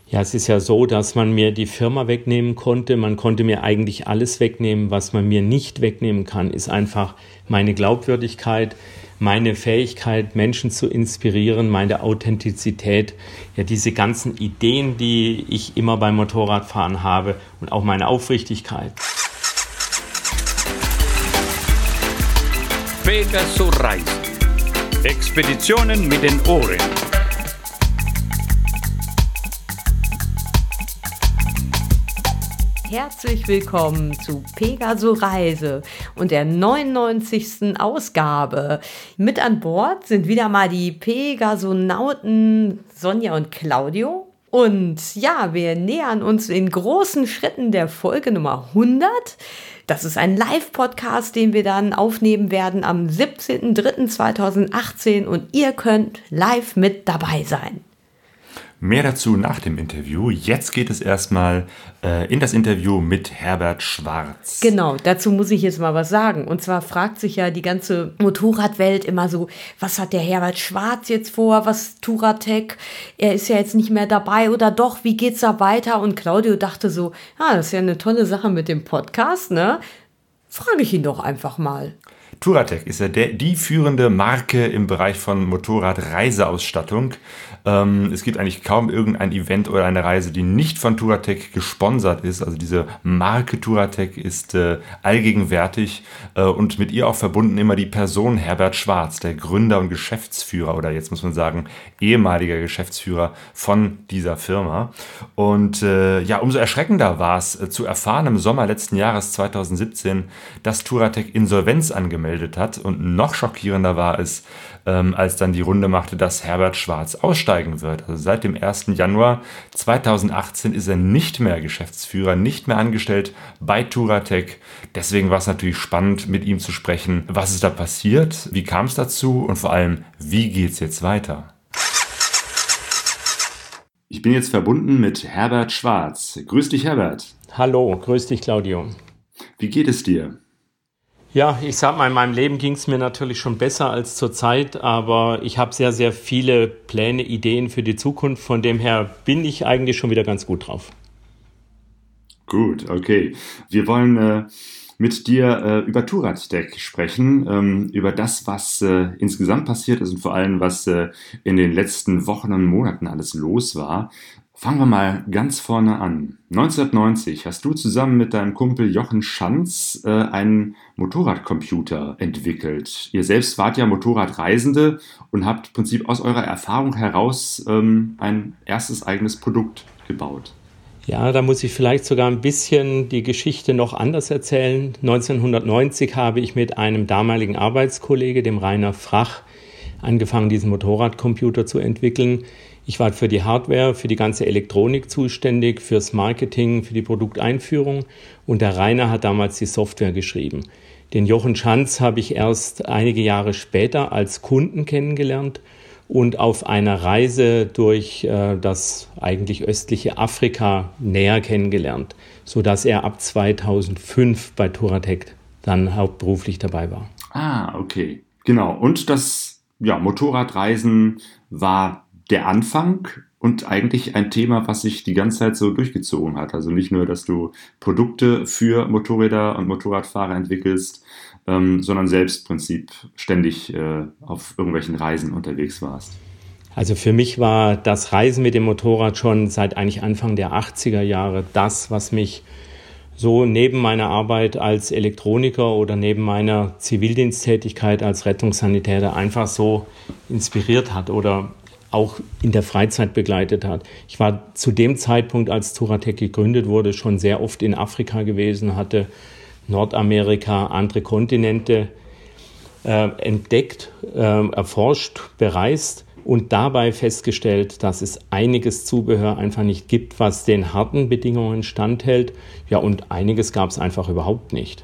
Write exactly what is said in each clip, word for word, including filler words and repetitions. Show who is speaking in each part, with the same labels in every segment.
Speaker 1: Ja, es ist ja so, dass man mir die Firma wegnehmen konnte. Man konnte mir eigentlich alles wegnehmen. Was man mir nicht wegnehmen kann, ist einfach meine Glaubwürdigkeit, meine Fähigkeit, Menschen zu inspirieren, meine Authentizität, ja, diese ganzen Ideen, die ich immer beim Motorradfahren habe und auch meine Aufrichtigkeit.
Speaker 2: Pegaso Reisen. Expeditionen mit den Ohren.
Speaker 3: Herzlich willkommen zu Pegaso Reise und der neunundneunzigsten Ausgabe. Mit an Bord sind wieder mal die Pegasonauten Sonja und Claudio. Und ja, wir nähern uns in großen Schritten der Folge Nummer hundert. Das ist ein Live-Podcast, den wir dann aufnehmen werden am siebzehnten dritten zweitausendachtzehn und ihr könnt live mit dabei sein.
Speaker 4: Mehr dazu nach dem Interview. Jetzt geht es erstmal äh, in das Interview mit Herbert Schwarz.
Speaker 3: Genau, dazu muss ich jetzt mal was sagen. Und zwar fragt sich ja die ganze Motorradwelt immer so, was hat der Herbert Schwarz jetzt vor, was Touratech? Er ist ja jetzt nicht mehr dabei oder doch, wie geht's da weiter? Und Claudio dachte so, ja, das ist ja eine tolle Sache mit dem Podcast, ne? Frage ich ihn doch einfach mal.
Speaker 4: Touratech ist ja der, die führende Marke im Bereich von Motorradreiseausstattung. Ähm, es gibt eigentlich kaum irgendein Event oder eine Reise, die nicht von Touratech gesponsert ist. Also diese Marke Touratech ist äh, allgegenwärtig äh, und mit ihr auch verbunden immer die Person Herbert Schwarz, der Gründer und Geschäftsführer oder jetzt muss man sagen ehemaliger Geschäftsführer von dieser Firma. Und äh, ja, umso erschreckender war es äh, zu erfahren im Sommer letzten Jahres zweitausendsiebzehn, dass Touratech Insolvenz angemeldet hat. Und noch schockierender war es, ähm, als dann die Runde machte, dass Herbert Schwarz aussteigen wird. Also seit dem ersten Januar zweitausendachtzehn ist er nicht mehr Geschäftsführer, nicht mehr angestellt bei Touratech. Deswegen war es natürlich spannend, mit ihm zu sprechen. Was ist da passiert? Wie kam es dazu? Und vor allem, wie geht es jetzt weiter? Ich bin jetzt verbunden mit Herbert Schwarz. Grüß dich, Herbert.
Speaker 1: Hallo, grüß dich, Claudio.
Speaker 4: Wie geht es dir?
Speaker 1: Ja, ich sag mal, in meinem Leben ging es mir natürlich schon besser als zurzeit, aber ich habe sehr, sehr viele Pläne, Ideen für die Zukunft. Von dem her bin ich eigentlich schon wieder ganz gut drauf.
Speaker 4: Gut, okay. Wir wollen äh, mit dir äh, über Touratech sprechen, ähm, über das, was äh, insgesamt passiert ist und vor allem, was äh, in den letzten Wochen und Monaten alles los war. Fangen wir mal ganz vorne an. neunzehnhundertneunzig hast du zusammen mit deinem Kumpel Jochen Schanz äh, einen Motorradcomputer entwickelt. Ihr selbst wart ja Motorradreisende und habt im Prinzip aus eurer Erfahrung heraus ähm, ein erstes eigenes Produkt gebaut.
Speaker 1: Ja, da muss ich vielleicht sogar ein bisschen die Geschichte noch anders erzählen. neunzehnhundertneunzig habe ich mit einem damaligen Arbeitskollege, dem Rainer Frach, angefangen, diesen Motorradcomputer zu entwickeln. Ich war für die Hardware, für die ganze Elektronik zuständig, fürs Marketing, für die Produkteinführung und der Rainer hat damals die Software geschrieben. Den Jochen Schanz habe ich erst einige Jahre später als Kunden kennengelernt und auf einer Reise durch äh, das eigentlich östliche Afrika näher kennengelernt, sodass er ab zweitausendfünf bei Touratech dann hauptberuflich dabei war.
Speaker 4: Ah, okay. Genau. Und das ja, Motorradreisen war der Anfang und eigentlich ein Thema, was sich die ganze Zeit so durchgezogen hat. Also nicht nur, dass du Produkte für Motorräder und Motorradfahrer entwickelst, ähm, sondern selbst im Prinzip ständig äh, auf irgendwelchen Reisen unterwegs warst.
Speaker 1: Also für mich war das Reisen mit dem Motorrad schon seit eigentlich Anfang der achtziger Jahre das, was mich so neben meiner Arbeit als Elektroniker oder neben meiner Zivildiensttätigkeit als Rettungssanitäter einfach so inspiriert hat oder auch in der Freizeit begleitet hat. Ich war zu dem Zeitpunkt, als Touratech gegründet wurde, schon sehr oft in Afrika gewesen, hatte Nordamerika, andere Kontinente äh, entdeckt, äh, erforscht, bereist und dabei festgestellt, dass es einiges Zubehör einfach nicht gibt, was den harten Bedingungen standhält. Ja, und einiges gab es einfach überhaupt nicht.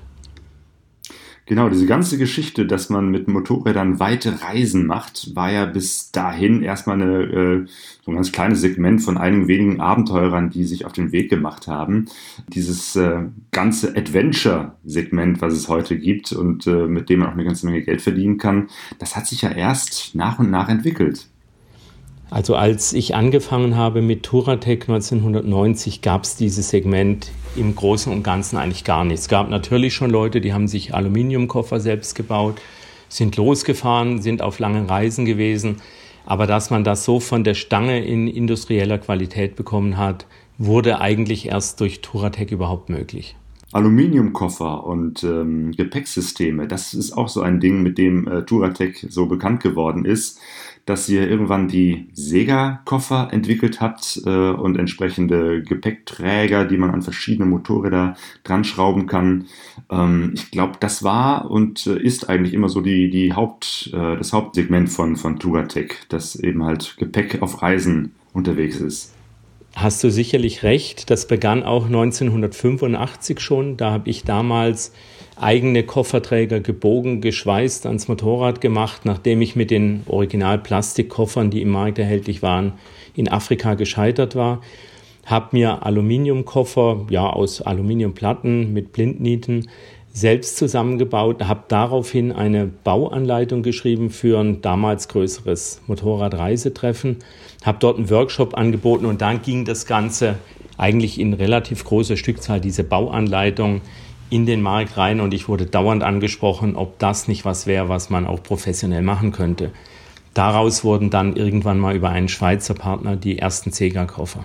Speaker 4: Genau, diese ganze Geschichte, dass man mit Motorrädern weite Reisen macht, war ja bis dahin erstmal eine, äh, so ein ganz kleines Segment von einigen wenigen Abenteurern, die sich auf den Weg gemacht haben. Dieses äh, ganze Adventure-Segment, was es heute gibt und äh, mit dem man auch eine ganze Menge Geld verdienen kann, das hat sich ja erst nach und nach entwickelt.
Speaker 1: Also als ich angefangen habe mit Touratech neunzehnhundertneunzig, gab es dieses Segment im Großen und Ganzen eigentlich gar nicht. Es gab natürlich schon Leute, die haben sich Aluminiumkoffer selbst gebaut, sind losgefahren, sind auf langen Reisen gewesen. Aber dass man das so von der Stange in industrieller Qualität bekommen hat, wurde eigentlich erst durch Touratech überhaupt möglich.
Speaker 4: Aluminiumkoffer und ähm, Gepäcksysteme, das ist auch so ein Ding, mit dem äh, Touratech so bekannt geworden ist, dass ihr irgendwann die Sega-Koffer entwickelt habt äh, und entsprechende Gepäckträger, die man an verschiedene Motorräder dran schrauben kann. Ähm, ich glaube, das war und äh, ist eigentlich immer so die, die Haupt, äh, das Hauptsegment von, von Touratech, dass eben halt Gepäck auf Reisen unterwegs ist.
Speaker 1: Hast du sicherlich recht. Das begann auch neunzehnhundertfünfundachtzig schon. Da habe ich damals eigene Kofferträger gebogen, geschweißt, ans Motorrad gemacht, nachdem ich mit den Original-Plastikkoffern, die im Markt erhältlich waren, in Afrika gescheitert war. Habe mir Aluminiumkoffer ja, aus Aluminiumplatten mit Blindnieten selbst zusammengebaut, habe daraufhin eine Bauanleitung geschrieben für ein damals größeres Motorradreisetreffen, habe dort einen Workshop angeboten und dann ging das Ganze eigentlich in relativ großer Stückzahl, diese Bauanleitung, in den Markt rein und ich wurde dauernd angesprochen, ob das nicht was wäre, was man auch professionell machen könnte. Daraus wurden dann irgendwann mal über einen Schweizer Partner die ersten Sega-Koffer.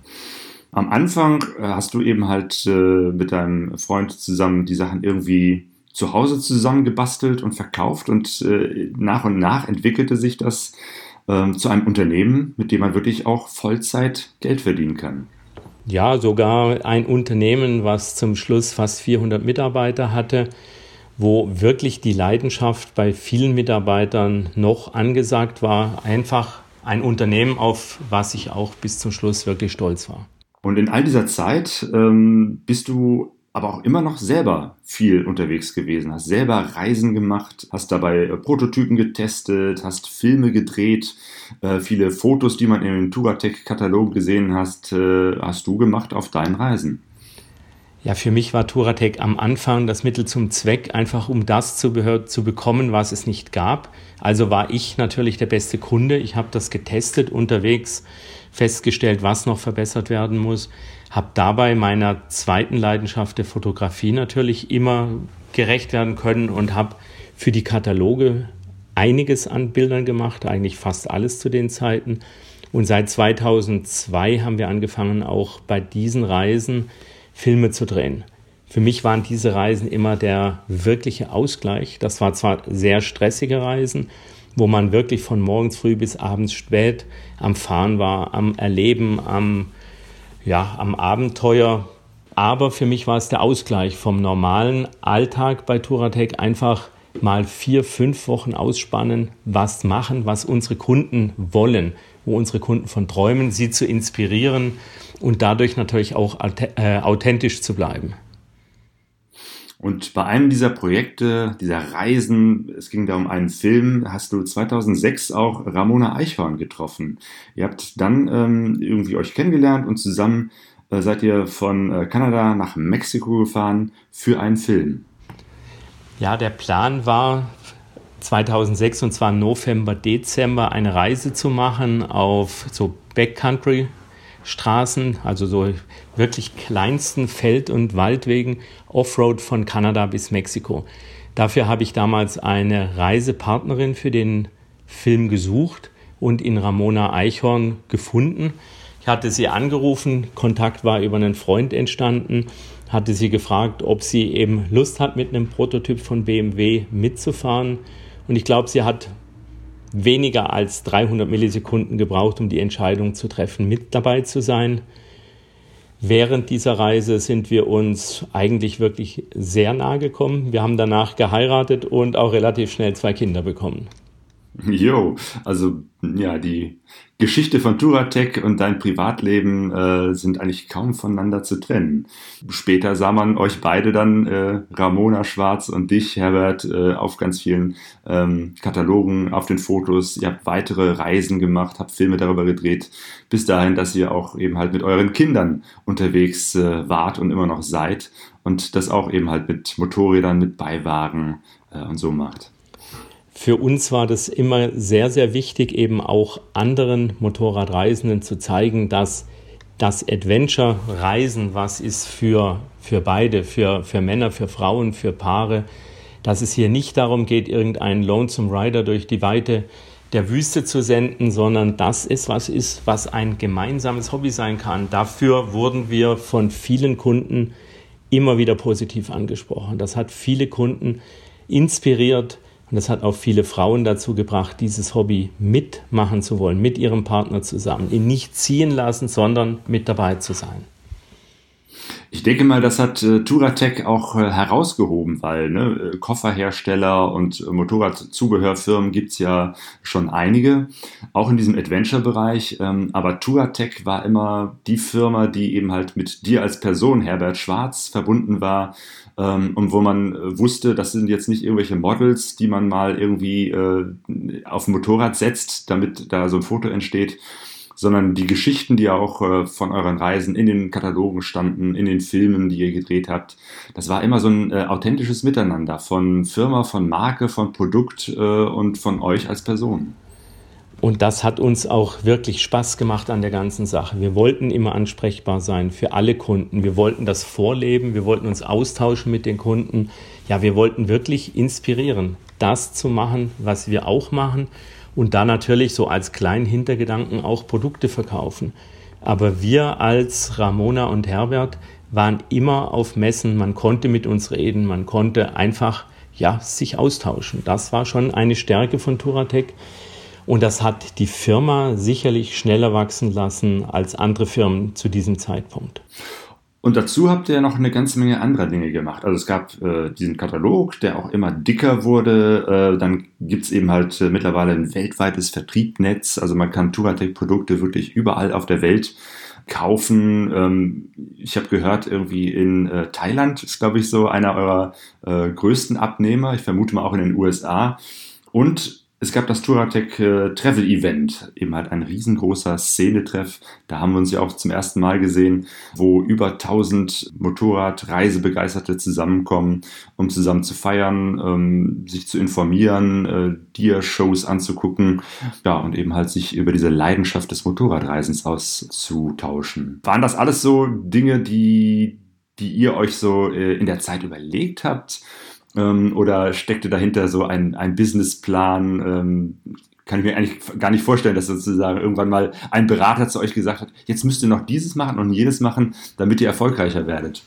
Speaker 4: Am Anfang hast du eben halt äh, mit deinem Freund zusammen die Sachen irgendwie zu Hause zusammengebastelt und verkauft und äh, nach und nach entwickelte sich das äh, zu einem Unternehmen, mit dem man wirklich auch Vollzeit Geld verdienen kann.
Speaker 1: Ja, sogar ein Unternehmen, was zum Schluss fast vierhundert Mitarbeiter hatte, wo wirklich die Leidenschaft bei vielen Mitarbeitern noch angesagt war. Einfach ein Unternehmen, auf was ich auch bis zum Schluss wirklich stolz war.
Speaker 4: Und in all dieser Zeit ähm, bist du aber auch immer noch selber viel unterwegs gewesen, hast selber Reisen gemacht, hast dabei äh, Prototypen getestet, hast Filme gedreht, äh, viele Fotos, die man in den Touratech-Katalog gesehen hast, äh, hast du gemacht auf deinen Reisen.
Speaker 1: Ja, für mich war Touratech am Anfang das Mittel zum Zweck, einfach um das Zubehör zu bekommen, was es nicht gab. Also war ich natürlich der beste Kunde. Ich habe das getestet unterwegs, festgestellt, was noch verbessert werden muss. Habe dabei meiner zweiten Leidenschaft der Fotografie natürlich immer gerecht werden können und habe für die Kataloge einiges an Bildern gemacht, eigentlich fast alles zu den Zeiten. Und seit zweitausendzwei haben wir angefangen, auch bei diesen Reisen Filme zu drehen. Für mich waren diese Reisen immer der wirkliche Ausgleich. Das war zwar sehr stressige Reisen, wo man wirklich von morgens früh bis abends spät am Fahren war, am Erleben, am, ja, am Abenteuer. Aber für mich war es der Ausgleich vom normalen Alltag bei Touratech. Einfach mal vier, fünf Wochen ausspannen, was machen, was unsere Kunden wollen, wo unsere Kunden von träumen, sie zu inspirieren und dadurch natürlich auch äh, authentisch zu bleiben.
Speaker 4: Und bei einem dieser Projekte, dieser Reisen, es ging da um einen Film, hast du zweitausendsechs auch Ramona Eichhorn getroffen. Ihr habt dann ähm, irgendwie euch kennengelernt und zusammen äh, seid ihr von äh, Kanada nach Mexiko gefahren für einen Film.
Speaker 1: Ja, der Plan war zweitausendsechs, und zwar November, Dezember, eine Reise zu machen auf so Backcountry-Straßen, also so wirklich kleinsten Feld- und Waldwegen, Offroad von Kanada bis Mexiko. Dafür habe ich damals eine Reisepartnerin für den Film gesucht und in Ramona Eichhorn gefunden. Ich hatte sie angerufen, Kontakt war über einen Freund entstanden, hatte sie gefragt, ob sie eben Lust hat, mit einem Prototyp von B M W mitzufahren. Und ich glaube, sie hat weniger als dreihundert Millisekunden gebraucht, um die Entscheidung zu treffen, mit dabei zu sein. Während dieser Reise sind wir uns eigentlich wirklich sehr nahe gekommen. Wir haben danach geheiratet und auch relativ schnell zwei Kinder bekommen.
Speaker 4: Jo, also ja, die Geschichte von Touratech und dein Privatleben äh, sind eigentlich kaum voneinander zu trennen. Später sah man euch beide dann, äh, Ramona Schwarz und dich, Herbert, äh, auf ganz vielen ähm, Katalogen, auf den Fotos. Ihr habt weitere Reisen gemacht, habt Filme darüber gedreht, bis dahin, dass ihr auch eben halt mit euren Kindern unterwegs äh, wart und immer noch seid und das auch eben halt mit Motorrädern, mit Beiwagen äh, und so macht.
Speaker 1: Für uns war das immer sehr, sehr wichtig, eben auch anderen Motorradreisenden zu zeigen, dass das Adventure-Reisen was ist für, für beide, für, für Männer, für Frauen, für Paare, dass es hier nicht darum geht, irgendeinen Lonesome Rider durch die Weite der Wüste zu senden, sondern das ist was ist, was ein gemeinsames Hobby sein kann. Dafür wurden wir von vielen Kunden immer wieder positiv angesprochen. Das hat viele Kunden inspiriert und das hat auch viele Frauen dazu gebracht, dieses Hobby mitmachen zu wollen, mit ihrem Partner zusammen, ihn nicht ziehen lassen, sondern mit dabei zu sein.
Speaker 5: Ich denke mal, das hat äh, Touratech auch äh, herausgehoben, weil ne, Kofferhersteller und äh, Motorradzubehörfirmen gibt's ja schon einige, auch in diesem Adventure-Bereich. Ähm, aber Touratech war immer die Firma, die eben halt mit dir als Person, Herbert Schwarz, verbunden war. Ähm, und wo man äh, wusste, das sind jetzt nicht irgendwelche Models, die man mal irgendwie äh, auf ein Motorrad setzt, damit da so ein Foto entsteht, sondern die Geschichten, die auch äh, von euren Reisen in den Katalogen standen, in den Filmen, die ihr gedreht habt. Das war immer so ein äh, authentisches Miteinander von Firma, von Marke, von Produkt äh, und von euch als Person.
Speaker 1: Und das hat uns auch wirklich Spaß gemacht an der ganzen Sache. Wir wollten immer ansprechbar sein für alle Kunden. Wir wollten das vorleben, wir wollten uns austauschen mit den Kunden. Ja, wir wollten wirklich inspirieren, das zu machen, was wir auch machen. Und da natürlich so als kleinen Hintergedanken auch Produkte verkaufen. Aber wir als Ramona und Herbert waren immer auf Messen. Man konnte mit uns reden, man konnte einfach ja, sich austauschen. Das war schon eine Stärke von Touratech. Und das hat die Firma sicherlich schneller wachsen lassen als andere Firmen zu diesem Zeitpunkt.
Speaker 5: Und dazu habt ihr ja noch eine ganze Menge anderer Dinge gemacht. Also es gab äh, diesen Katalog, der auch immer dicker wurde. Äh, dann gibt's eben halt äh, mittlerweile ein weltweites Vertriebsnetz. Also man kann Touratech-Produkte wirklich überall auf der Welt kaufen. Ähm, ich habe gehört, irgendwie in äh, Thailand ist, glaube ich, so einer eurer äh, größten Abnehmer. Ich vermute mal auch in den U S A. Und es gab das Touratech äh, Travel Event, eben halt ein riesengroßer Szenetreff. Da haben wir uns ja auch zum ersten Mal gesehen, wo über tausend Motorradreisebegeisterte zusammenkommen, um zusammen zu feiern, ähm, sich zu informieren, äh, dir Shows anzugucken, ja, und eben halt sich über diese Leidenschaft des Motorradreisens auszutauschen. Waren das alles so Dinge, die, die ihr euch so äh, in der Zeit überlegt habt? Oder steckte dahinter so ein, ein Businessplan? Ähm, kann ich mir eigentlich gar nicht vorstellen, dass sozusagen irgendwann mal ein Berater zu euch gesagt hat, jetzt müsst ihr noch dieses machen und jenes machen, damit ihr erfolgreicher werdet.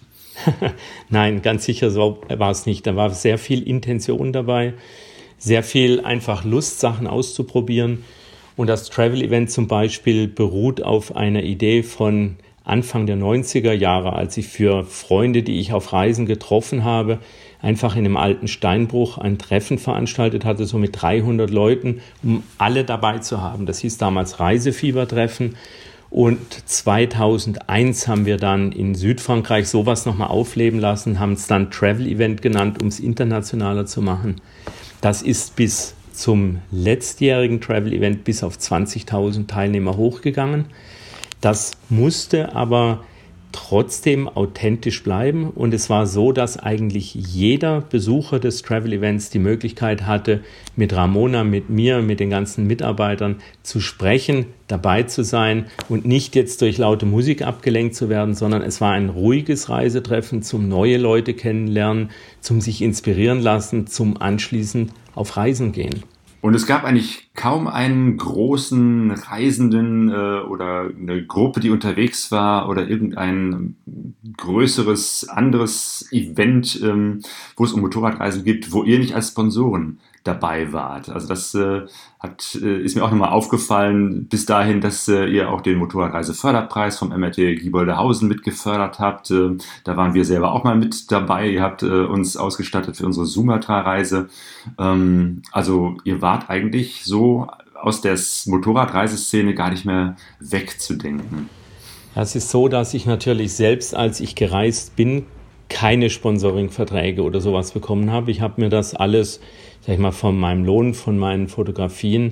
Speaker 1: Nein, ganz sicher so war es nicht. Da war sehr viel Intention dabei, sehr viel einfach Lust, Sachen auszuprobieren. Und das Travel-Event zum Beispiel beruht auf einer Idee von Anfang der neunziger Jahre, als ich für Freunde, die ich auf Reisen getroffen habe, einfach in einem alten Steinbruch ein Treffen veranstaltet hatte, so mit dreihundert Leuten, um alle dabei zu haben. Das hieß damals Reisefiebertreffen. Und zweitausendeins haben wir dann in Südfrankreich sowas nochmal aufleben lassen, haben es dann Travel Event genannt, um es internationaler zu machen. Das ist bis zum letztjährigen Travel Event bis auf zwanzigtausend Teilnehmer hochgegangen. Das musste aber trotzdem authentisch bleiben und es war so, dass eigentlich jeder Besucher des Travel Events die Möglichkeit hatte, mit Ramona, mit mir, mit den ganzen Mitarbeitern zu sprechen, dabei zu sein und nicht jetzt durch laute Musik abgelenkt zu werden, sondern es war ein ruhiges Reisetreffen zum neue Leute kennenlernen, zum sich inspirieren lassen, zum anschließend auf Reisen gehen.
Speaker 5: Und es gab eigentlich kaum einen großen Reisenden äh, oder eine Gruppe, die unterwegs war oder irgendein größeres anderes Event, ähm, wo es um Motorradreisen gibt, wo ihr nicht als Sponsoren dabei wart. Also das äh, hat, äh, ist mir auch nochmal aufgefallen bis dahin, dass äh, ihr auch den Motorradreiseförderpreis vom M R T Gieboldehausen mitgefördert habt. Äh, da waren wir selber auch mal mit dabei. Ihr habt äh, uns ausgestattet für unsere Sumatra-Reise. Ähm, also ihr wart eigentlich so aus der Motorradreiseszene gar nicht mehr wegzudenken.
Speaker 1: Es ist so, dass ich natürlich selbst, als ich gereist bin, keine Sponsoring-Verträge oder sowas bekommen habe. Ich habe mir das alles, sag ich mal, von meinem Lohn, von meinen Fotografien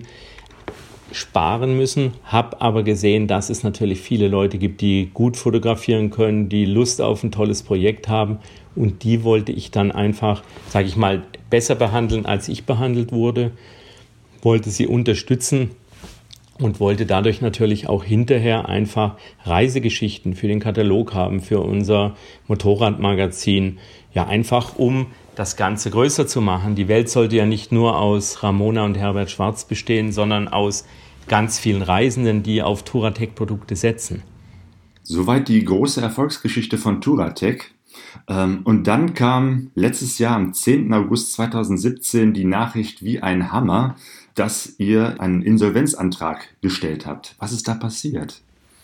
Speaker 1: sparen müssen, habe aber gesehen, dass es natürlich viele Leute gibt, die gut fotografieren können, die Lust auf ein tolles Projekt haben und die wollte ich dann einfach, sage ich mal, besser behandeln, als ich behandelt wurde, wollte sie unterstützen und wollte dadurch natürlich auch hinterher einfach Reisegeschichten für den Katalog haben, für unser Motorradmagazin. Ja, einfach um das Ganze größer zu machen. Die Welt sollte ja nicht nur aus Ramona und Herbert Schwarz bestehen, sondern aus ganz vielen Reisenden, die auf Touratech-Produkte setzen.
Speaker 5: Soweit die große Erfolgsgeschichte von Touratech. Und dann kam letztes Jahr am zehnten August zweitausendsiebzehn die Nachricht wie ein Hammer, dass ihr einen Insolvenzantrag gestellt habt. Was ist da passiert?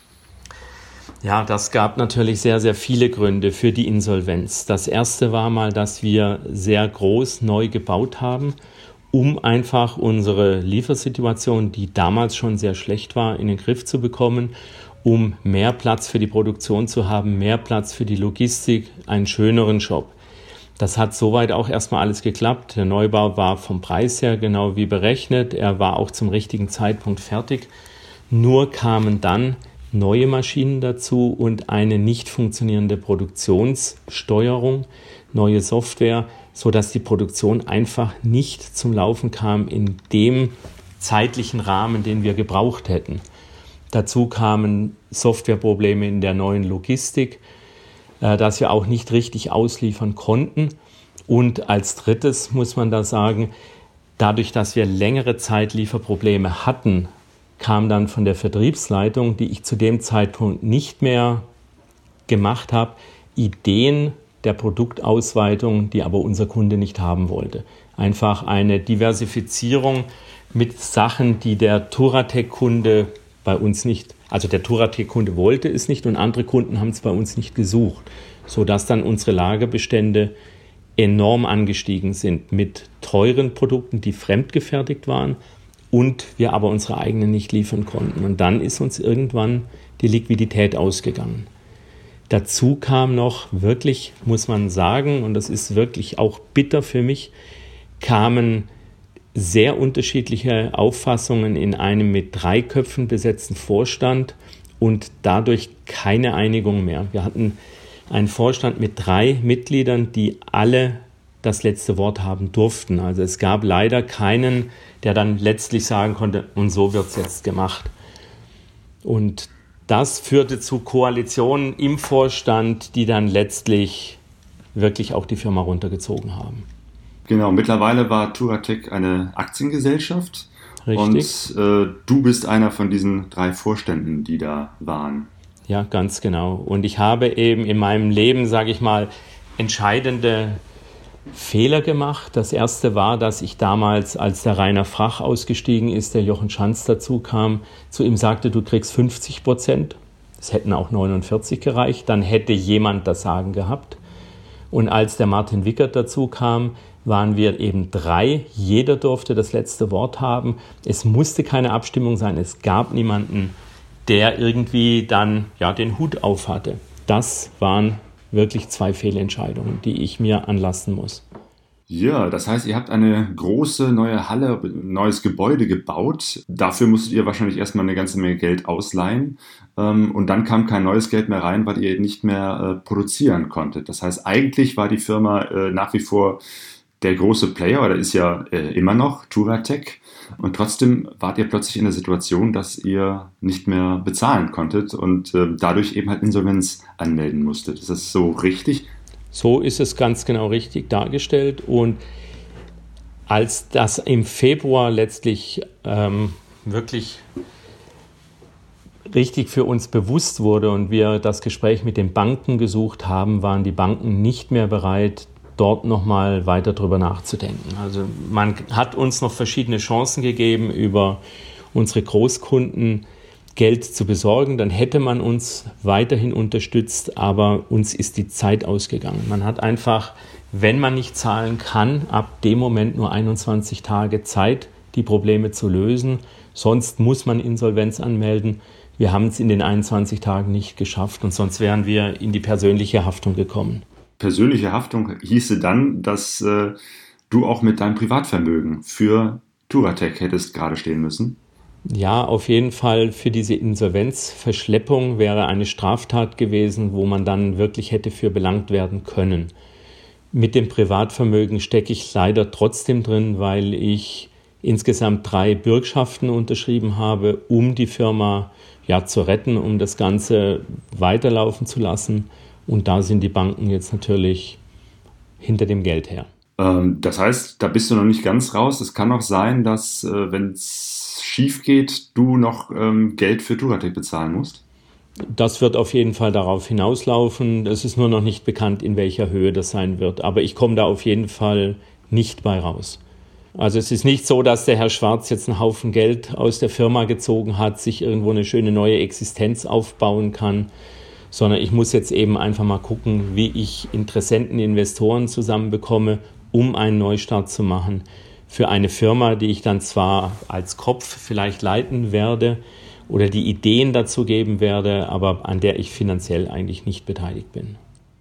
Speaker 1: Ja, das gab natürlich sehr, sehr viele Gründe für die Insolvenz. Das erste war mal, dass wir sehr groß neu gebaut haben, um einfach unsere Liefersituation, die damals schon sehr schlecht war, in den Griff zu bekommen, um mehr Platz für die Produktion zu haben, mehr Platz für die Logistik, einen schöneren Shop. Das hat soweit auch erstmal alles geklappt. Der Neubau war vom Preis her genau wie berechnet. Er war auch zum richtigen Zeitpunkt fertig. Nur kamen dann neue Maschinen dazu und eine nicht funktionierende Produktionssteuerung, neue Software, sodass die Produktion einfach nicht zum Laufen kam in dem zeitlichen Rahmen, den wir gebraucht hätten. Dazu kamen Softwareprobleme in der neuen Logistik, dass wir auch nicht richtig ausliefern konnten. Und als drittes muss man da sagen, dadurch, dass wir längere Zeit Lieferprobleme hatten, kam dann von der Vertriebsleitung, die ich zu dem Zeitpunkt nicht mehr gemacht habe, Ideen der Produktausweitung, die aber unser Kunde nicht haben wollte. Einfach eine Diversifizierung mit Sachen, die der Touratech-Kunde bei uns nicht, also der Touratech-Kunde wollte es nicht und andere Kunden haben es bei uns nicht gesucht, sodass dann unsere Lagerbestände enorm angestiegen sind mit teuren Produkten, die fremdgefertigt waren und wir aber unsere eigenen nicht liefern konnten. Und dann ist uns irgendwann die Liquidität ausgegangen. Dazu kam noch wirklich, muss man sagen, und das ist wirklich auch bitter für mich, kamen sehr unterschiedliche Auffassungen in einem mit drei Köpfen besetzten Vorstand und dadurch keine Einigung mehr. Wir hatten einen Vorstand mit drei Mitgliedern, die alle das letzte Wort haben durften. Also es gab leider keinen, der dann letztlich sagen konnte, und so wird es jetzt gemacht. Und das führte zu Koalitionen im Vorstand, die dann letztlich wirklich auch die Firma runtergezogen haben.
Speaker 5: Genau, mittlerweile war Touratech eine Aktiengesellschaft.
Speaker 1: Richtig.
Speaker 5: Und äh, du bist einer von diesen drei Vorständen, die da waren.
Speaker 1: Ja, ganz genau. Und ich habe eben in meinem Leben, sage ich mal, entscheidende Fehler gemacht. Das erste war, dass ich damals, als der Rainer Frach ausgestiegen ist, der Jochen Schanz dazu kam, zu ihm sagte, du kriegst fünfzig Prozent. Es hätten auch neunundvierzig gereicht. Dann hätte jemand das Sagen gehabt. Und als der Martin Wickert dazu kam, waren wir eben drei. Jeder durfte das letzte Wort haben. Es musste keine Abstimmung sein. Es gab niemanden, der irgendwie dann ja den Hut auf hatte. Das waren wirklich zwei Fehlentscheidungen, die ich mir anlassen muss.
Speaker 5: Ja, das heißt, ihr habt eine große neue Halle, neues Gebäude gebaut. Dafür musstet ihr wahrscheinlich erstmal eine ganze Menge Geld ausleihen. Und dann kam kein neues Geld mehr rein, weil ihr nicht mehr produzieren konntet. Das heißt, eigentlich war die Firma nach wie vor der große Player, oder ist ja immer noch Touratech. Und trotzdem wart ihr plötzlich in der Situation, dass ihr nicht mehr bezahlen konntet und dadurch eben halt Insolvenz anmelden musstet. Ist das so richtig?
Speaker 1: So ist es ganz genau richtig dargestellt. Und als das im Februar letztlich ähm, wirklich richtig für uns bewusst wurde und wir das Gespräch mit den Banken gesucht haben, waren die Banken nicht mehr bereit, dort nochmal weiter drüber nachzudenken. Also man hat uns noch verschiedene Chancen gegeben, über unsere Großkunden Geld zu besorgen, dann hätte man uns weiterhin unterstützt, aber uns ist die Zeit ausgegangen. Man hat einfach, wenn man nicht zahlen kann, ab dem Moment nur einundzwanzig Tage Zeit, die Probleme zu lösen. Sonst muss man Insolvenz anmelden. Wir haben es in den einundzwanzig Tagen nicht geschafft und sonst wären wir in die persönliche Haftung gekommen.
Speaker 5: Persönliche Haftung hieße dann, dass äh, du auch mit deinem Privatvermögen für Touratech hättest gerade stehen müssen?
Speaker 1: Ja, auf jeden Fall für diese Insolvenzverschleppung wäre eine Straftat gewesen, wo man dann wirklich hätte für belangt werden können. Mit dem Privatvermögen stecke ich leider trotzdem drin, weil ich insgesamt drei Bürgschaften unterschrieben habe, um die Firma ja, zu retten, um das Ganze weiterlaufen zu lassen. Und da sind die Banken jetzt natürlich hinter dem Geld her.
Speaker 5: Ähm, das heißt, da bist du noch nicht ganz raus. Es kann auch sein, dass, äh, wenn es schief geht, du noch ähm, Geld für Touratech bezahlen musst?
Speaker 1: Das wird auf jeden Fall darauf hinauslaufen. Es ist nur noch nicht bekannt, in welcher Höhe das sein wird. Aber ich komme da auf jeden Fall nicht bei raus. Also es ist nicht so, dass der Herr Schwarz jetzt einen Haufen Geld aus der Firma gezogen hat, sich irgendwo eine schöne neue Existenz aufbauen kann, sondern ich muss jetzt eben einfach mal gucken, wie ich Interessenten, Investoren zusammenbekomme, um einen Neustart zu machen für eine Firma, die ich dann zwar als Kopf vielleicht leiten werde, oder die Ideen dazu geben werde, aber an der ich finanziell eigentlich nicht beteiligt bin.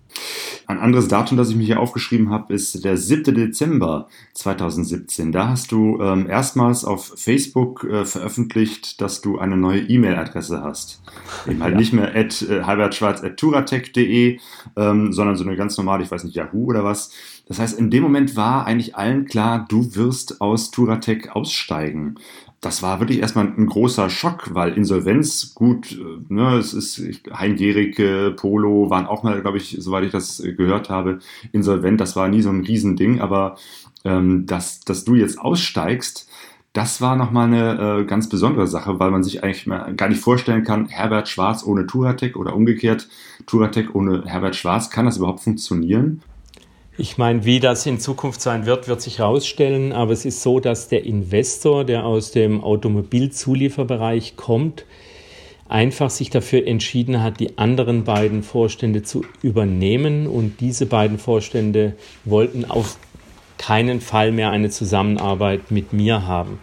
Speaker 5: Ein anderes Datum, das ich mir hier aufgeschrieben habe, ist der siebter Dezember zweitausendsiebzehn. Da hast du ähm, erstmals auf Facebook äh, veröffentlicht, dass du eine neue E-Mail-Adresse hast. Eben halt ja. Nicht mehr at äh, halbertschwarz at touratech punkt de, ähm, sondern so eine ganz normale, ich weiß nicht, Yahoo oder was. Das heißt, in dem Moment war eigentlich allen klar, du wirst aus Touratech aussteigen. Das war wirklich erstmal ein großer Schock, weil Insolvenz, gut, ne, es ist Hein-Gehrig, Polo waren auch mal, glaube ich, soweit ich das gehört habe, insolvent. Das war nie so ein Riesending, aber ähm, dass, dass du jetzt aussteigst, das war nochmal eine äh, ganz besondere Sache, weil man sich eigentlich mal gar nicht vorstellen kann, Herbert Schwarz ohne Touratech oder umgekehrt, Touratech ohne Herbert Schwarz, kann das überhaupt funktionieren?
Speaker 1: Ich meine, wie das in Zukunft sein wird, wird sich herausstellen. Aber es ist so, dass der Investor, der aus dem Automobilzulieferbereich kommt, einfach sich dafür entschieden hat, die anderen beiden Vorstände zu übernehmen. Und diese beiden Vorstände wollten auf keinen Fall mehr eine Zusammenarbeit mit mir haben.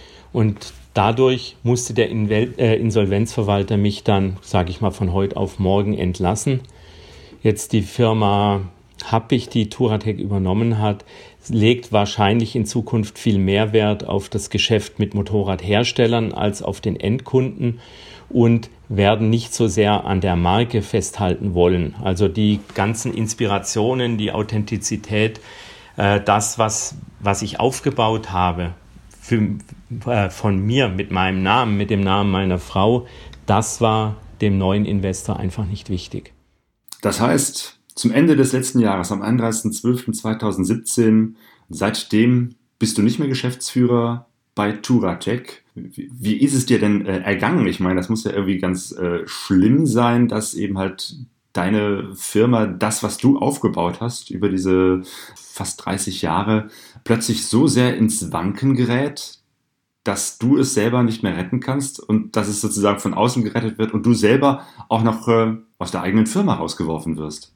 Speaker 1: Und dadurch musste der Invel- äh, Insolvenzverwalter mich dann, sage ich mal, von heute auf morgen entlassen. Jetzt die Firma Happig, die Touratech übernommen hat, legt wahrscheinlich in Zukunft viel mehr Wert auf das Geschäft mit Motorradherstellern als auf den Endkunden und werden nicht so sehr an der Marke festhalten wollen. Also die ganzen Inspirationen, die Authentizität, äh, das, was, was ich aufgebaut habe, für, äh, von mir mit meinem Namen, mit dem Namen meiner Frau, das war dem neuen Investor einfach nicht wichtig.
Speaker 5: Das heißt, zum Ende des letzten Jahres, am einunddreißigsten zwölften zweitausendsiebzehn, seitdem bist du nicht mehr Geschäftsführer bei Touratech. Wie, wie ist es dir denn äh, ergangen? Ich meine, das muss ja irgendwie ganz äh, schlimm sein, dass eben halt deine Firma, das, was du aufgebaut hast, über diese fast dreißig Jahre, plötzlich so sehr ins Wanken gerät, dass du es selber nicht mehr retten kannst und dass es sozusagen von außen gerettet wird und du selber auch noch äh, aus der eigenen Firma rausgeworfen wirst.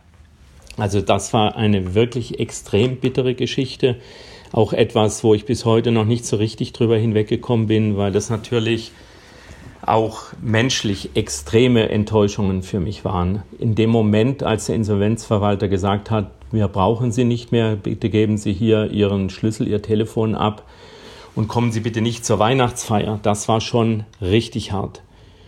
Speaker 1: Also das war eine wirklich extrem bittere Geschichte. Auch etwas, wo ich bis heute noch nicht so richtig drüber hinweggekommen bin, weil das natürlich auch menschlich extreme Enttäuschungen für mich waren. In dem Moment, als der Insolvenzverwalter gesagt hat, wir brauchen Sie nicht mehr, bitte geben Sie hier Ihren Schlüssel, Ihr Telefon ab und kommen Sie bitte nicht zur Weihnachtsfeier. Das war schon richtig hart.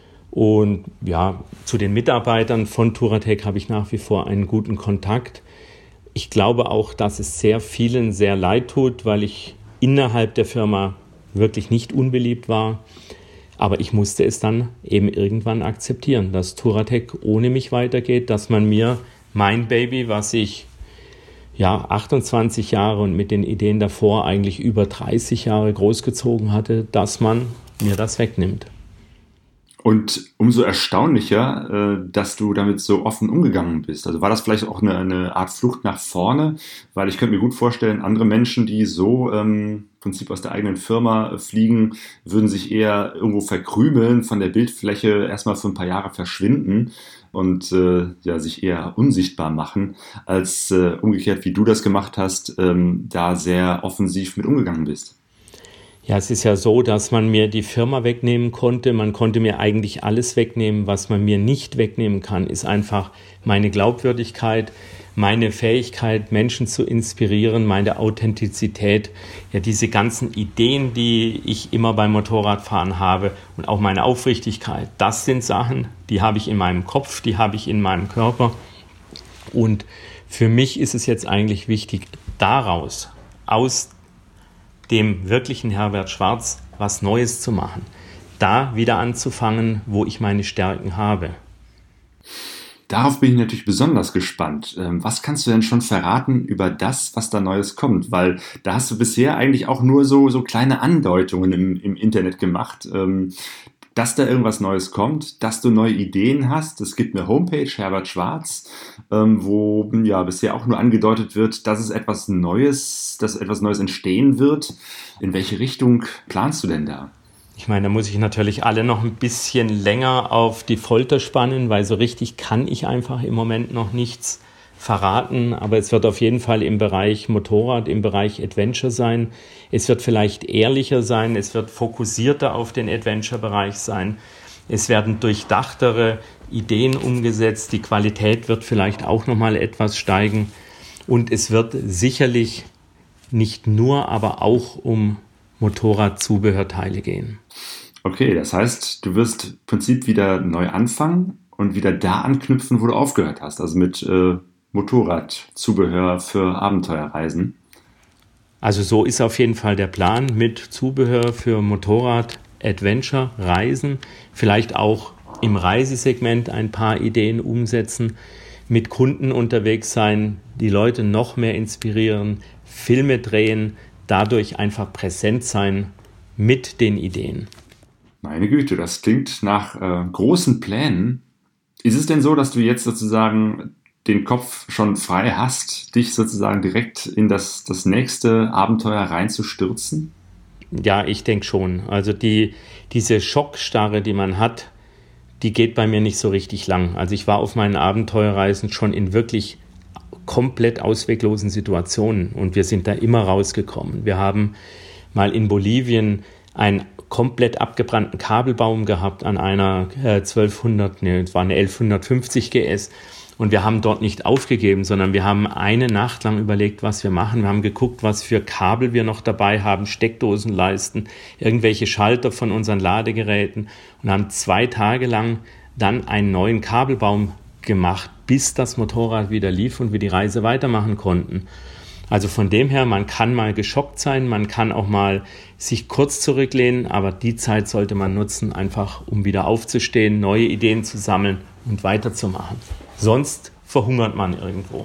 Speaker 1: Und ja, zu den Mitarbeitern von Touratech habe ich nach wie vor einen guten Kontakt. Ich glaube auch, dass es sehr vielen sehr leid tut, weil ich innerhalb der Firma wirklich nicht unbeliebt war. Aber ich musste es dann eben irgendwann akzeptieren, dass Touratech ohne mich weitergeht, dass man mir mein Baby, was ich ja achtundzwanzig Jahre und mit den Ideen davor eigentlich über dreißig Jahre großgezogen hatte, dass man mir das wegnimmt.
Speaker 5: Und umso erstaunlicher, äh, dass du damit so offen umgegangen bist. Also war das vielleicht auch eine, eine Art Flucht nach vorne? Weil ich könnte mir gut vorstellen, andere Menschen, die so ähm, im Prinzip aus der eigenen Firma fliegen, würden sich eher irgendwo verkrümeln, von der Bildfläche erstmal für ein paar Jahre verschwinden und äh, ja, sich eher unsichtbar machen, als äh, umgekehrt, wie du das gemacht hast, ähm, da sehr offensiv mit umgegangen bist.
Speaker 1: Ja, es ist ja so, dass man mir die Firma wegnehmen konnte. Man konnte mir eigentlich alles wegnehmen. Was man mir nicht wegnehmen kann, ist einfach meine Glaubwürdigkeit, meine Fähigkeit, Menschen zu inspirieren, meine Authentizität. Ja, diese ganzen Ideen, die ich immer beim Motorradfahren habe und auch meine Aufrichtigkeit. Das sind Sachen, die habe ich in meinem Kopf, die habe ich in meinem Körper. Und Für mich ist es jetzt eigentlich wichtig, daraus, aus dem wirklichen Herbert Schwarz, was Neues zu machen. Da wieder anzufangen, wo ich meine Stärken habe.
Speaker 5: Darauf bin ich natürlich besonders gespannt. Was kannst du denn schon verraten über das, was da Neues kommt? Weil da hast du bisher eigentlich auch nur so, so kleine Andeutungen im, im Internet gemacht, dass da irgendwas Neues kommt, dass du neue Ideen hast. Es gibt eine Homepage, Herbert Schwarz, wo ja bisher auch nur angedeutet wird, dass es etwas Neues, dass etwas Neues entstehen wird. In welche Richtung planst du denn da?
Speaker 1: Ich meine, da muss ich natürlich alle noch ein bisschen länger auf die Folter spannen, weil so richtig kann ich einfach im Moment noch nichts verraten. Aber es wird auf jeden Fall im Bereich Motorrad, im Bereich Adventure sein. Es wird vielleicht ehrlicher sein, es wird fokussierter auf den Adventure-Bereich sein. Es werden durchdachtere Ideen umgesetzt. Die Qualität wird vielleicht auch nochmal etwas steigen. Und es wird sicherlich nicht nur, aber auch um Motorradzubehörteile gehen.
Speaker 5: Okay, das heißt, du wirst im Prinzip wieder neu anfangen und wieder da anknüpfen, wo du aufgehört hast. Also mit äh, Motorradzubehör für Abenteuerreisen.
Speaker 1: Also so ist auf jeden Fall der Plan, mit Zubehör für Motorrad, Adventure, Reisen, vielleicht auch im Reisesegment ein paar Ideen umsetzen, mit Kunden unterwegs sein, die Leute noch mehr inspirieren, Filme drehen, dadurch einfach präsent sein mit den Ideen.
Speaker 5: Meine Güte, das klingt nach äh, großen Plänen. Ist es denn so, dass du jetzt sozusagen den Kopf schon frei hast, dich sozusagen direkt in das, das nächste Abenteuer reinzustürzen?
Speaker 1: Ja, ich denke schon. Also die, diese Schockstarre, die man hat, die geht bei mir nicht so richtig lang. Also ich war auf meinen Abenteuerreisen schon in wirklich komplett ausweglosen Situationen und wir sind da immer rausgekommen. Wir haben mal in Bolivien einen komplett abgebrannten Kabelbaum gehabt an einer äh, zwölfhundert, ne, es war eine elfhundertfünfzig G S und wir haben dort nicht aufgegeben, sondern wir haben eine Nacht lang überlegt, was wir machen. Wir haben geguckt, was für Kabel wir noch dabei haben, Steckdosenleisten, irgendwelche Schalter von unseren Ladegeräten und haben zwei Tage lang dann einen neuen Kabelbaum gemacht, bis das Motorrad wieder lief und wir die Reise weitermachen konnten. Also von dem her, man kann mal geschockt sein, man kann auch mal sich kurz zurücklehnen, aber die Zeit sollte man nutzen, einfach um wieder aufzustehen, neue Ideen zu sammeln und weiterzumachen. Sonst verhungert man irgendwo.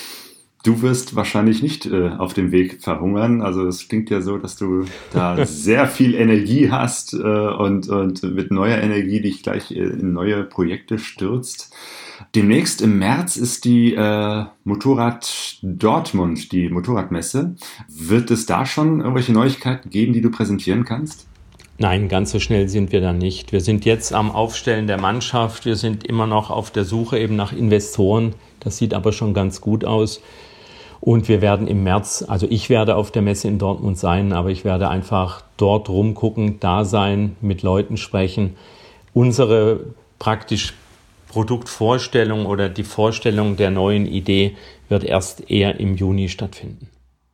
Speaker 5: Du wirst wahrscheinlich nicht äh, auf dem Weg verhungern. Also es klingt ja so, dass du da sehr viel Energie hast äh, und, und mit neuer Energie dich gleich äh, in neue Projekte stürzt. Demnächst im März ist die äh, Motorrad Dortmund, die Motorradmesse. Wird es da schon irgendwelche Neuigkeiten geben, die du präsentieren kannst?
Speaker 1: Nein, ganz so schnell sind wir da nicht. Wir sind jetzt am Aufstellen der Mannschaft. Wir sind immer noch auf der Suche eben nach Investoren. Das sieht aber schon ganz gut aus. Und wir werden im März, also ich werde auf der Messe in Dortmund sein, aber ich werde einfach dort rumgucken, da sein, mit Leuten sprechen. Unsere praktisch Produktvorstellung oder die Vorstellung der neuen Idee wird erst eher im Juni stattfinden.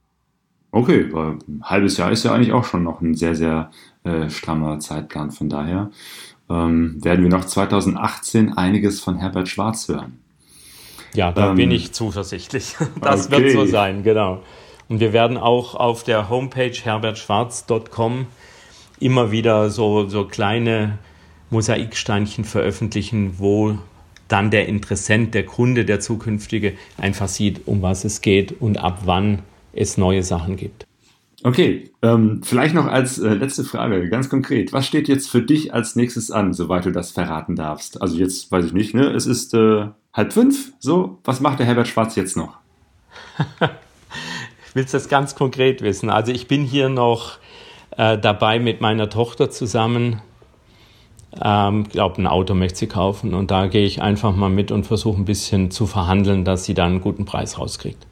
Speaker 5: Okay, ein halbes Jahr ist ja eigentlich auch schon noch ein sehr, sehr äh, strammer Zeitplan. Von daher ähm, werden wir noch zwanzig achtzehn einiges von Herbert Schwarz hören.
Speaker 1: Ja, da ähm, bin ich zuversichtlich. Das okay. Wird so sein, genau. Und wir werden auch auf der Homepage herbert schwarz punkt com immer wieder so, so kleine Mosaiksteinchen veröffentlichen, wo dann der Interessent, der Kunde, der zukünftige einfach sieht, um was es geht und ab wann es neue Sachen gibt.
Speaker 5: Okay, ähm, vielleicht noch als äh, letzte Frage, ganz konkret. Was steht jetzt für dich als nächstes an, soweit du das verraten darfst? Also jetzt weiß ich nicht, ne? Es ist äh, halb fünf, so. Was macht der Herbert Schwarz jetzt noch?
Speaker 1: Willst du das ganz konkret wissen? Also ich bin hier noch äh, dabei mit meiner Tochter zusammen. Ich ähm, glaube, ein Auto möchte sie kaufen und da gehe ich einfach mal mit und versuche ein bisschen zu verhandeln, dass sie da einen guten Preis rauskriegt.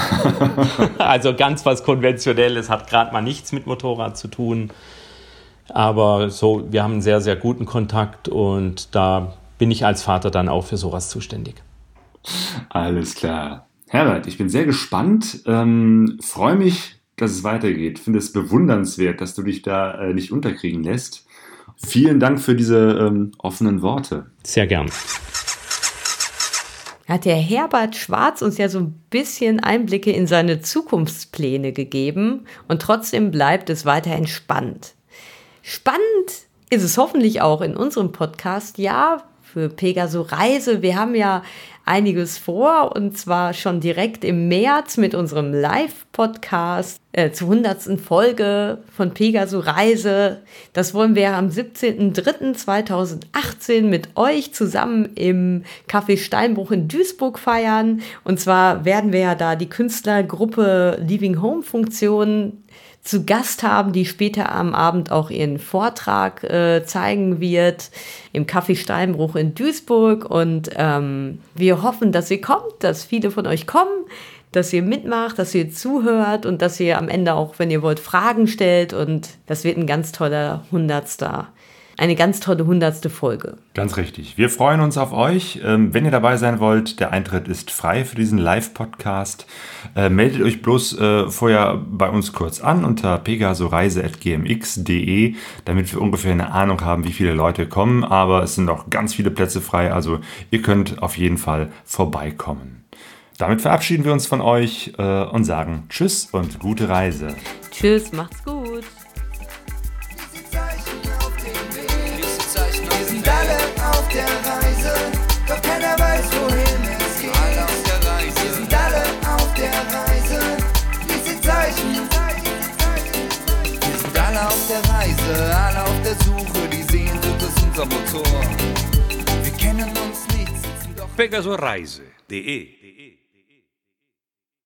Speaker 1: Also ganz was Konventionelles, hat gerade mal nichts mit Motorrad zu tun. Aber so, wir haben einen sehr, sehr guten Kontakt und da bin ich als Vater dann auch für sowas zuständig.
Speaker 5: Alles klar. Herbert, ich bin sehr gespannt. Ähm, freue mich, dass es weitergeht. Finde es bewundernswert, dass du dich da äh, nicht unterkriegen lässt. Vielen Dank für diese ähm, offenen Worte.
Speaker 1: Sehr gern.
Speaker 3: hat der Herbert Schwarz uns ja so ein bisschen Einblicke in seine Zukunftspläne gegeben und trotzdem bleibt es weiterhin spannend. Spannend ist es hoffentlich auch in unserem Podcast, ja, für Pegaso Reise. Wir haben ja einiges vor und zwar schon direkt im März mit unserem Live-Podcast äh, zur hundertsten Folge von Pegaso Reise. Das wollen wir am siebzehnten dritten zweitausendachtzehn mit euch zusammen im Café Steinbruch in Duisburg feiern. Und zwar werden wir ja da die Künstlergruppe Living Home Funktion zu Gast haben, die später am Abend auch ihren Vortrag äh, zeigen wird im Café Steinbruch in Duisburg. Und ähm, wir hoffen, dass ihr kommt, dass viele von euch kommen, dass ihr mitmacht, dass ihr zuhört und dass ihr am Ende auch, wenn ihr wollt, Fragen stellt. Und das wird ein ganz toller Hundertster. Eine ganz tolle hundertste Folge.
Speaker 4: Ganz richtig. Wir freuen uns auf euch. Ähm, wenn ihr dabei sein wollt, der Eintritt ist frei für diesen Live-Podcast. Äh, meldet euch bloß äh, vorher bei uns kurz an unter pegasoreise at g m x punkt d e, damit wir ungefähr eine Ahnung haben, wie viele Leute kommen. Aber es sind noch ganz viele Plätze frei, also ihr könnt auf jeden Fall vorbeikommen. Damit verabschieden wir uns von euch äh, und sagen Tschüss und gute Reise.
Speaker 3: Tschüss, macht's gut.
Speaker 6: Der Reise, doch keiner weiß, wohin es geht. Alle auf der Reise. Wir sind alle auf der Reise. Diese Zeichen. Wir sind alle auf der Reise, alle auf der Suche. Die Sehnsucht ist unser Motor. Wir kennen uns nicht, sitzen doch.
Speaker 2: pegasoreise punkt de